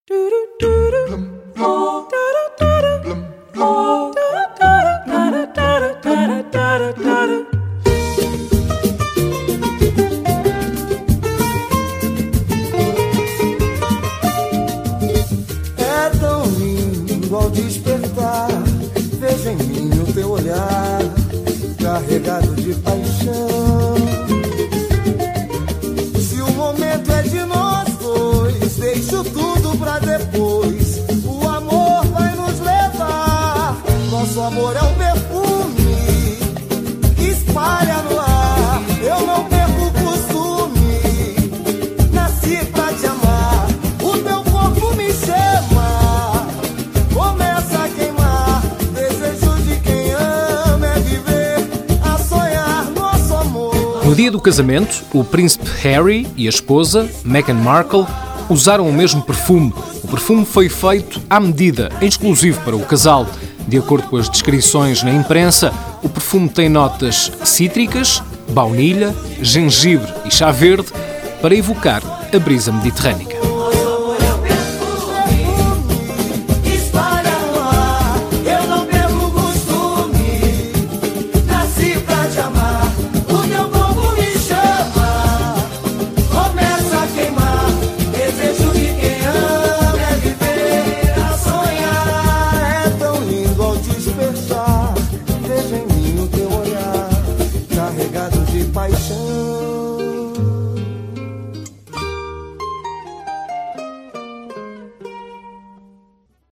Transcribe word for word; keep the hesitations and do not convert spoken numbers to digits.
É tão lindo ao despertar, vejo em mim o teu olhar, carregado de paixão. Se o momento é de nós dois, deixo tudo pra depois. O amor vai nos levar, nosso amor é um perfume que espalha no ar. Eu não perco o costume, nasci pra te amar. O teu corpo me chama, começa a queimar. Desejo de quem ama é viver, a sonhar nosso amor. No dia do casamento, o príncipe Harry e a esposa, Meghan Markle, usaram o mesmo perfume. O perfume foi feito à medida, em exclusivo para o casal. De acordo com as descrições na imprensa, o perfume tem notas cítricas, baunilha, gengibre e chá verde para evocar a brisa mediterrânea.